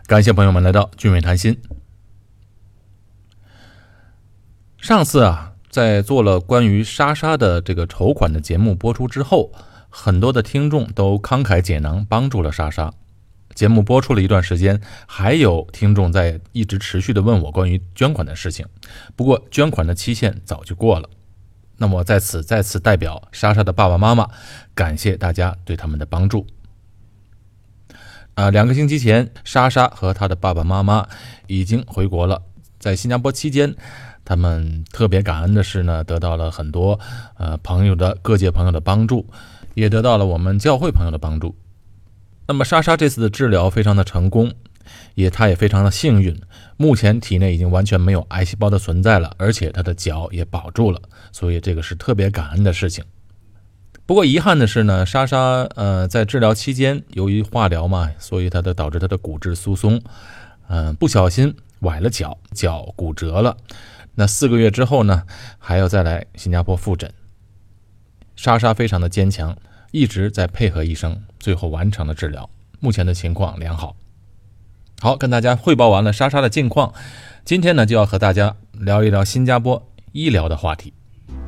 感谢朋友们来到俊伟谈心。上次在做了关于莎莎的这个筹款的节目播出之后，很多的听众都慷慨解囊帮助了莎莎。节目播出了一段时间，还有听众在一直持续的问我关于捐款的事情，不过捐款的期限早就过了。那么在此再次代表莎莎的爸爸妈妈感谢大家对他们的帮助。2个星期前，莎莎和她的爸爸妈妈已经回国了。在新加坡期间，他们特别感恩的是呢，得到了很多各界朋友的帮助，也得到了我们教会朋友的帮助。那么莎莎这次的治疗非常的成功，她也非常的幸运，目前体内已经完全没有癌细胞的存在了，而且她的脚也保住了，所以这个是特别感恩的事情。不过遗憾的是呢，莎莎在治疗期间，由于化疗嘛，所以导致她的骨质疏松，不小心崴了脚骨折了。那4个月之后呢，还要再来新加坡复诊。莎莎非常的坚强，一直在配合医生，最后完成了治疗，目前的情况良好。好，跟大家汇报完了莎莎的近况，今天呢就要和大家聊一聊新加坡医疗的话题。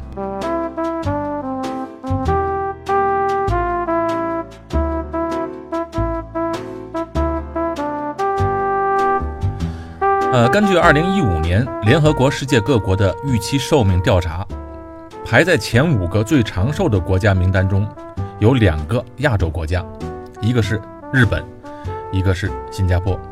根据2015年联合国世界各国的预期寿命调查，排在前5个最长寿的国家名单中，有2个亚洲国家，一个是日本，一个是新加坡。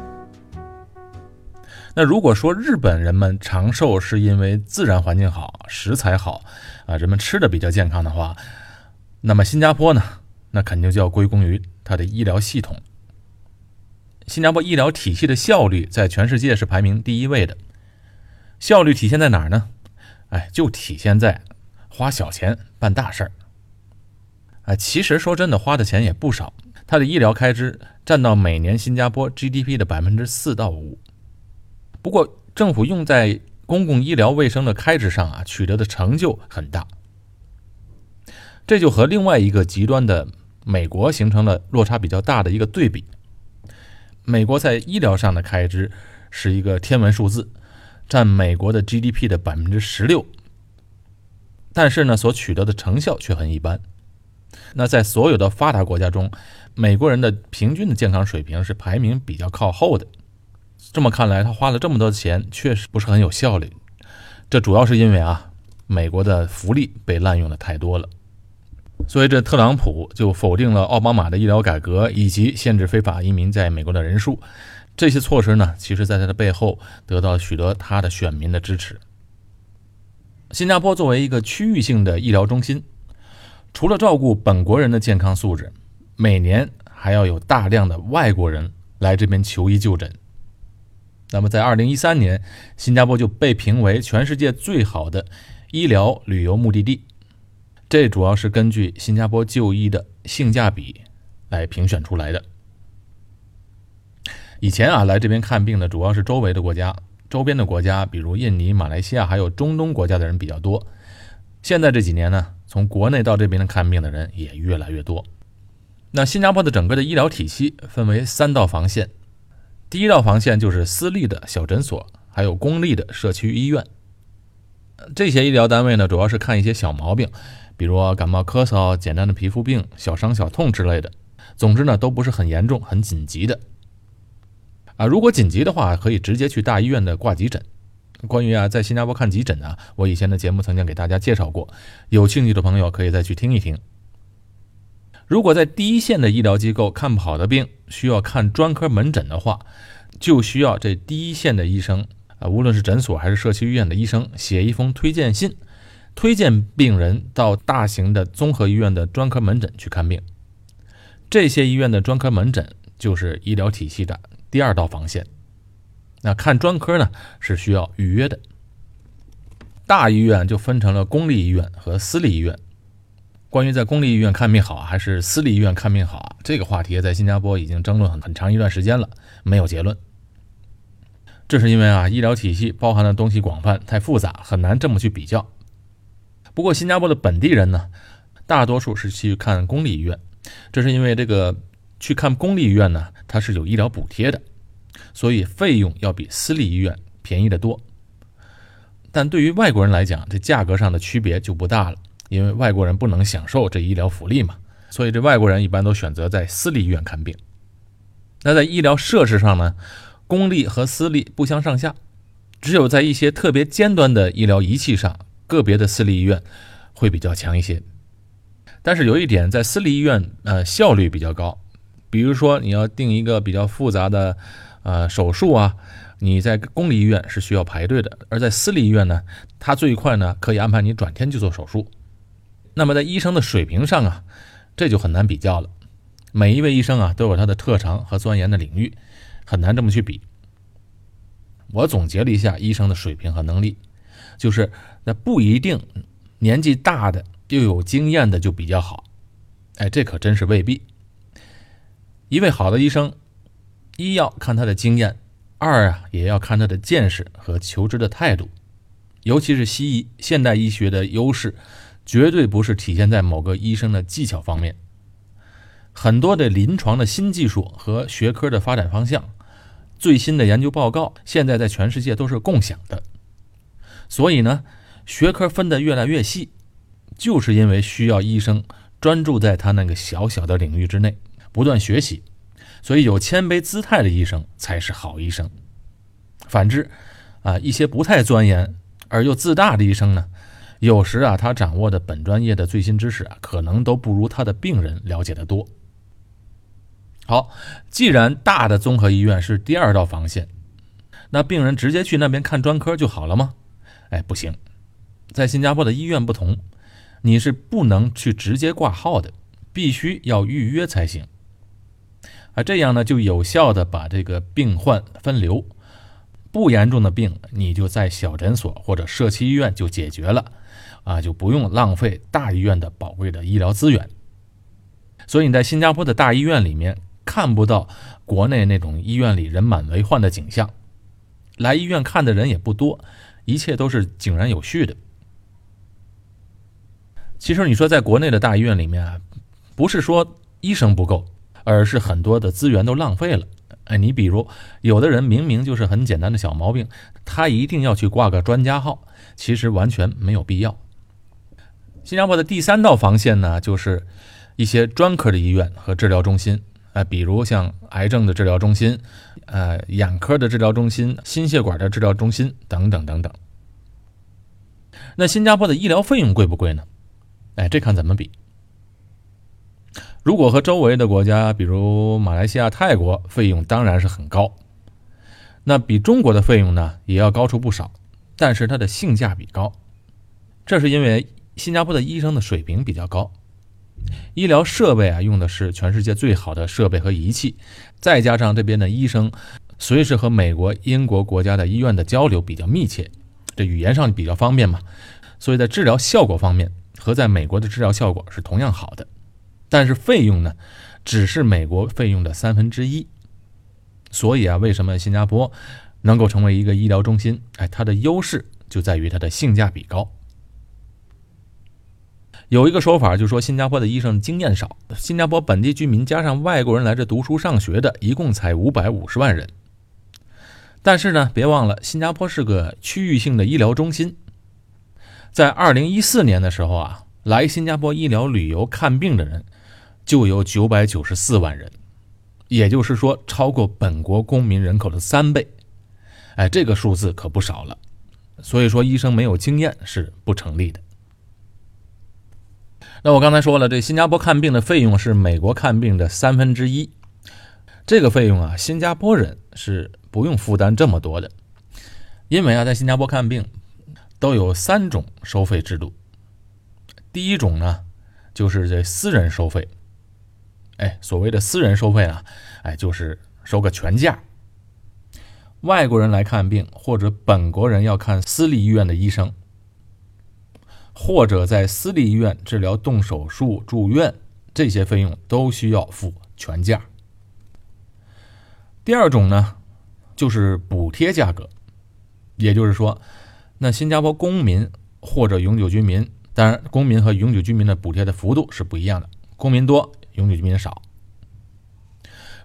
那如果说日本人们长寿是因为自然环境好，食材好，人们吃的比较健康的话，那么新加坡呢，那肯定就要归功于它的医疗系统。新加坡医疗体系的效率在全世界是排名第1位的。效率体现在哪儿呢？就体现在花小钱办大事儿。其实说真的，花的钱也不少，它的医疗开支占到每年新加坡 GDP 的4%到5%。不过政府用在公共医疗卫生的开支上取得的成就很大。这就和另外一个极端的美国形成了落差比较大的一个对比。美国在医疗上的开支是一个天文数字，占美国的 GDP 的16%，但是呢，所取得的成效却很一般。那在所有的发达国家中，美国人的平均的健康水平是排名比较靠后的。这么看来，他花了这么多钱，确实不是很有效率。这主要是因为美国的福利被滥用的太多了。所以这特朗普就否定了奥巴马的医疗改革以及限制非法移民在美国的人数。这些措施呢，其实在他的背后得到许多他的选民的支持。新加坡作为一个区域性的医疗中心，除了照顾本国人的健康素质，每年还要有大量的外国人来这边求医就诊。那么在2013年，新加坡就被评为全世界最好的医疗旅游目的地。这主要是根据新加坡就医的性价比来评选出来的。以前来这边看病的主要是周边的国家，比如印尼、马来西亚还有中东国家的人比较多。现在这几年呢，从国内到这边看病的人也越来越多。那新加坡的整个的医疗体系分为3道防线。第1道防线就是私立的小诊所，还有公立的社区医院。这些医疗单位呢，主要是看一些小毛病，比如感冒咳嗽、简单的皮肤病、小伤小痛之类的。总之呢，都不是很严重很紧急的。如果紧急的话，可以直接去大医院的挂急诊。关于在新加坡看急诊我以前的节目曾经给大家介绍过，有兴趣的朋友可以再去听一听。如果在第1线的医疗机构看不好的病，需要看专科门诊的话，就需要这第1线的医生无论是诊所还是社区医院的医生写一封推荐信，推荐病人到大型的综合医院的专科门诊去看病。这些医院的专科门诊就是医疗体系的第2道防线。那看专科呢，是需要预约的。大医院就分成了公立医院和私立医院。关于在公立医院看病好还是私立医院看病好这个话题在新加坡已经争论很长一段时间了，没有结论。这是因为医疗体系包含的东西广泛，太复杂，很难这么去比较。不过新加坡的本地人呢，大多数是去看公立医院，这是因为这个去看公立医院呢，它是有医疗补贴的。 所以费用要比私立医院便宜得多。但对于外国人来讲，这价格上的区别就不大了，因为外国人不能享受这医疗福利嘛，所以这外国人一般都选择在私立医院看病。那在医疗设施上呢，公立和私立不相上下，只有在一些特别尖端的医疗仪器上，个别的私立医院会比较强一些。但是有一点，在私立医院效率比较高，比如说你要定一个比较复杂的手术啊，你在公立医院是需要排队的，而在私立医院呢，它最快呢可以安排你转天去做手术。那么在医生的水平上啊，这就很难比较了。每一位医生啊都有他的特长和钻研的领域，很难这么去比。我总结了一下医生的水平和能力，就是那不一定年纪大的又有经验的就比较好，这可真是未必。一位好的医生，一要看他的经验，二啊也要看他的见识和求知的态度。尤其是西医现代医学的优势，绝对不是体现在某个医生的技巧方面。很多的临床的新技术和学科的发展方向，最新的研究报告现在在全世界都是共享的。所以呢，学科分得越来越细，就是因为需要医生专注在他那个小小的领域之内，不断学习。所以有谦卑姿态的医生才是好医生。反之一些不太钻研而又自大的医生呢，有时他掌握的本专业的最新知识可能都不如他的病人了解得多。好，既然大的综合医院是第二道防线，那病人直接去那边看专科就好了吗？不行。在新加坡的医院不同，你是不能去直接挂号的，必须要预约才行。这样呢，就有效的把这个病患分流，不严重的病你就在小诊所或者社区医院就解决了就不用浪费大医院的宝贵的医疗资源。所以你在新加坡的大医院里面看不到国内那种医院里人满为患的景象，来医院看的人也不多，一切都是井然有序的。其实你说在国内的大医院里面不是说医生不够，而是很多的资源都浪费了。你比如有的人明明就是很简单的小毛病，他一定要去挂个专家号，其实完全没有必要。新加坡的第三道防线呢，就是一些专科的医院和治疗中心，比如像癌症的治疗中心、眼科的治疗中心、心血管的治疗中心等等等等。那新加坡的医疗费用贵不贵呢？这看怎么比。如果和周围的国家，比如马来西亚、泰国，费用当然是很高。那比中国的费用呢，也要高出不少，但是它的性价比高。这是因为新加坡的医生的水平比较高，医疗设备用的是全世界最好的设备和仪器，再加上这边的医生随时和美国、英国国家的医院的交流比较密切，这语言上比较方便嘛，所以在治疗效果方面和在美国的治疗效果是同样好的。但是费用呢，只是美国费用的1/3。所以为什么新加坡能够成为一个医疗中心？它的优势就在于它的性价比高。有一个说法就是说新加坡的医生经验少，新加坡本地居民加上外国人来这读书上学的一共才550万人。但是呢，别忘了新加坡是个区域性的医疗中心。在2014年的时候来新加坡医疗旅游看病的人就有994万人，也就是说超过本国公民人口的3倍。这个数字可不少了。所以说医生没有经验是不成立的。那我刚才说了，这新加坡看病的费用是美国看病的1/3，这个费用新加坡人是不用负担这么多的。因为在新加坡看病都有3种收费制度。第一种呢，就是这私人收费。所谓的私人收费就是收个全价。外国人来看病，或者本国人要看私立医院的医生，或者在私立医院治疗动手术、住院，这些费用都需要付全价。第二种呢，就是补贴价格。也就是说，那新加坡公民或者永久居民，当然公民和永久居民的补贴的幅度是不一样的，公民多，永久居民少。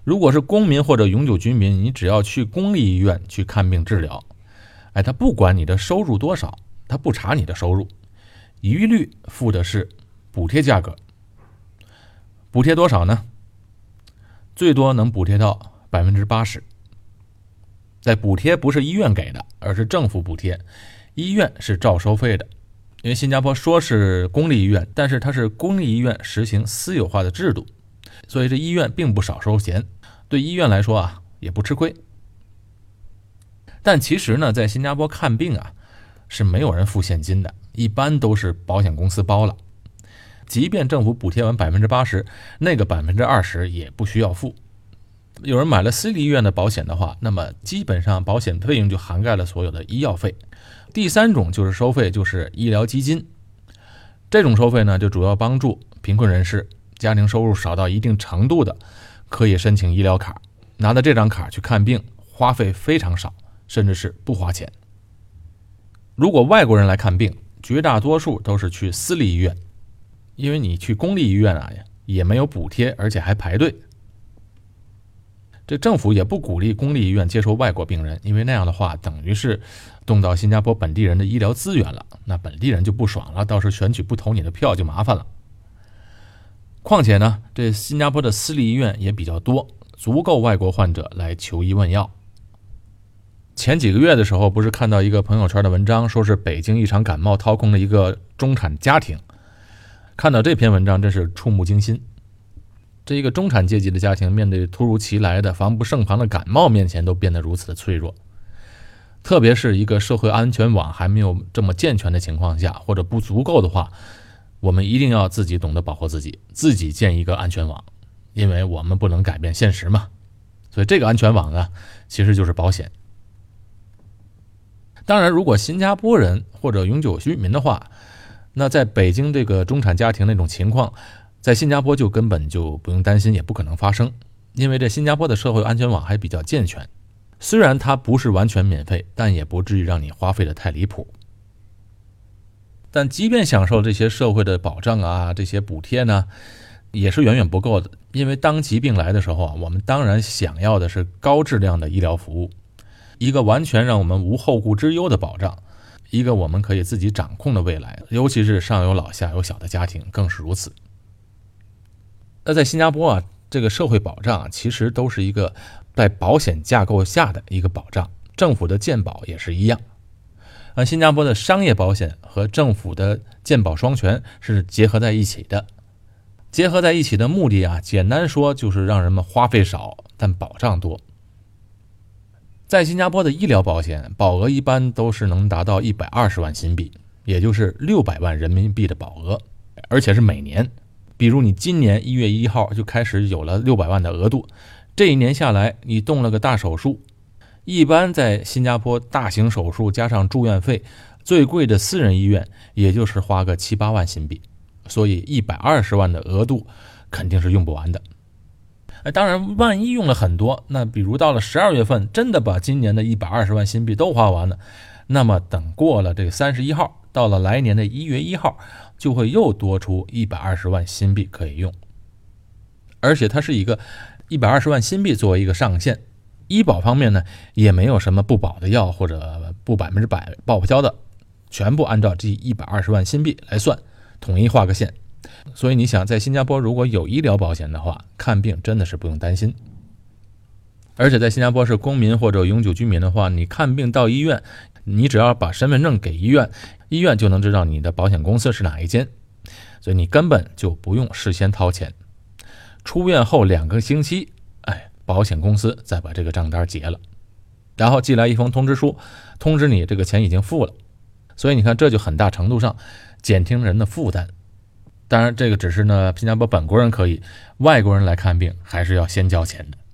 如果是公民或者永久居民，你只要去公立医院去看病治疗，他不管你的收入多少，他不查你的收入，一律付的是补贴价格。补贴多少呢？最多能补贴到80%。在补贴不是医院给的，而是政府补贴，医院是照收费的。因为新加坡说是公立医院，但是它是公立医院实行私有化的制度，所以这医院并不少收钱，对医院来说也不吃亏。但其实呢，在新加坡看病是没有人付现金的，一般都是保险公司包了。即便政府补贴完80%，那个20%也不需要付。有人买了私立医院的保险的话，那么基本上保险费用就涵盖了所有的医药费。第三种就是收费，就是医疗基金。这种收费呢，就主要帮助贫困人士，家庭收入少到一定程度的，可以申请医疗卡，拿着这张卡去看病，花费非常少，甚至是不花钱。如果外国人来看病，绝大多数都是去私立医院，因为你去公立医院也没有补贴，而且还排队。这政府也不鼓励公立医院接收外国病人，因为那样的话等于是动到新加坡本地人的医疗资源了，那本地人就不爽了，到时候选举不投你的票就麻烦了。况且呢，这新加坡的私立医院也比较多，足够外国患者来求医问药。前几个月的时候，不是看到一个朋友圈的文章，说是北京一场感冒掏空了一个中产家庭。看到这篇文章真是触目惊心。这一个中产阶级的家庭面对突如其来的防不胜防的感冒面前都变得如此的脆弱，特别是一个社会安全网还没有这么健全的情况下，或者不足够的话，我们一定要自己懂得保护自己，自己建一个安全网，因为我们不能改变现实嘛。所以这个安全网呢，其实就是保险。当然，如果新加坡人或者永久居民的话，那在北京这个中产家庭那种情况，在新加坡就根本就不用担心，也不可能发生，因为这新加坡的社会安全网还比较健全。虽然它不是完全免费，但也不至于让你花费的太离谱。但即便享受这些社会的保障这些补贴呢，也是远远不够的。因为当疾病来的时候我们当然想要的是高质量的医疗服务，一个完全让我们无后顾之忧的保障，一个我们可以自己掌控的未来，尤其是上有老下有小的家庭更是如此。那在新加坡这个社会保障其实都是一个在保险架构下的一个保障，政府的健保也是一样。新加坡的商业保险和政府的健保双全是结合在一起的。结合在一起的目的简单说就是让人们花费少，但保障多。在新加坡的医疗保险保额一般都是能达到120万新币，也就是600万人民币的保额，而且是每年。比如你今年1月1号就开始有了600万的额度，这一年下来你动了个大手术，一般在新加坡大型手术加上住院费，最贵的私人医院也就是花个7、8万新币，所以120万的额度肯定是用不完的。当然万一用了很多，那比如到了12月份真的把今年的120万新币都花完了，那么等过了这个31号，到了来年的1月1号就会又多出120万新币可以用。而且它是一个120万新币作为一个上限，医保方面呢也没有什么不保的药或者不100%报销的，全部按照这120万新币来算，统一画个线。所以你想在新加坡如果有医疗保险的话，看病真的是不用担心。而且在新加坡是公民或者永久居民的话，你看病到医院，你只要把身份证给医院，医院就能知道你的保险公司是哪一间，所以你根本就不用事先掏钱。出院后2个星期，保险公司再把这个账单结了，然后寄来一封通知书，通知你这个钱已经付了。所以你看，这就很大程度上减轻人的负担。当然这个只是呢新加坡本国人可以，外国人来看病还是要先交钱的。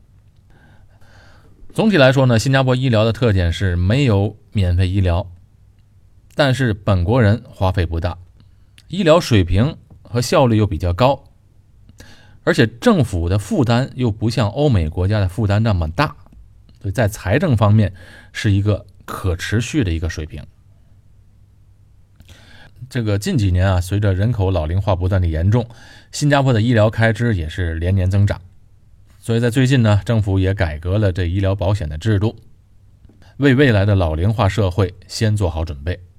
总体来说呢，新加坡医疗的特点是没有免费医疗，但是本国人花费不大，医疗水平和效率又比较高，而且政府的负担又不像欧美国家的负担那么大，所以在财政方面是一个可持续的一个水平。这个近几年随着人口老龄化不断的严重，新加坡的医疗开支也是连年增长。 所以在最近呢，政府也改革了这医疗保险的制度，为未来的老龄化社会先做好准备。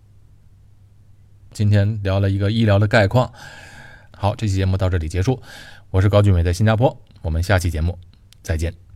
今天聊了一个医疗的概况，好，这期节目到这里结束。我是高俊伟，在新加坡，我们下期节目再见。